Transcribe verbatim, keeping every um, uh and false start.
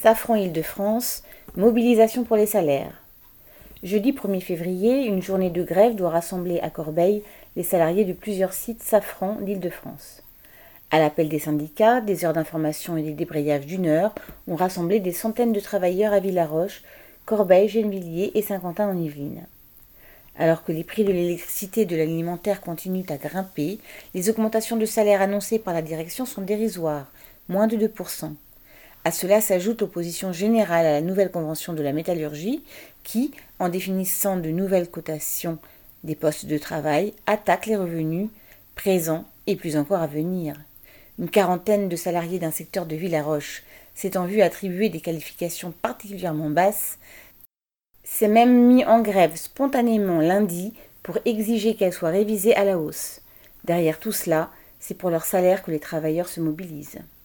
Safran Île-de-France, mobilisation pour les salaires. Jeudi premier février, une journée de grève doit rassembler à Corbeil les salariés de plusieurs sites Safran d'Île-de-France. À l'appel des syndicats, des heures d'information et des débrayages d'une heure ont rassemblé des centaines de travailleurs à Villaroche, Corbeil, Gennevilliers et Saint-Quentin en Yvelines. Alors que les prix de l'électricité et de l'alimentaire continuent à grimper, les augmentations de salaire annoncées par la direction sont dérisoires, moins de deux pour cent. À cela s'ajoute l'opposition générale à la nouvelle convention de la métallurgie qui, en définissant de nouvelles cotations des postes de travail, attaque les revenus présents et plus encore à venir. Une quarantaine de salariés d'un secteur de Villaroche s'étant vu attribuer des qualifications particulièrement basses, s'est même mis en grève spontanément lundi pour exiger qu'elles soient révisées à la hausse. Derrière tout cela, c'est pour leur salaire que les travailleurs se mobilisent.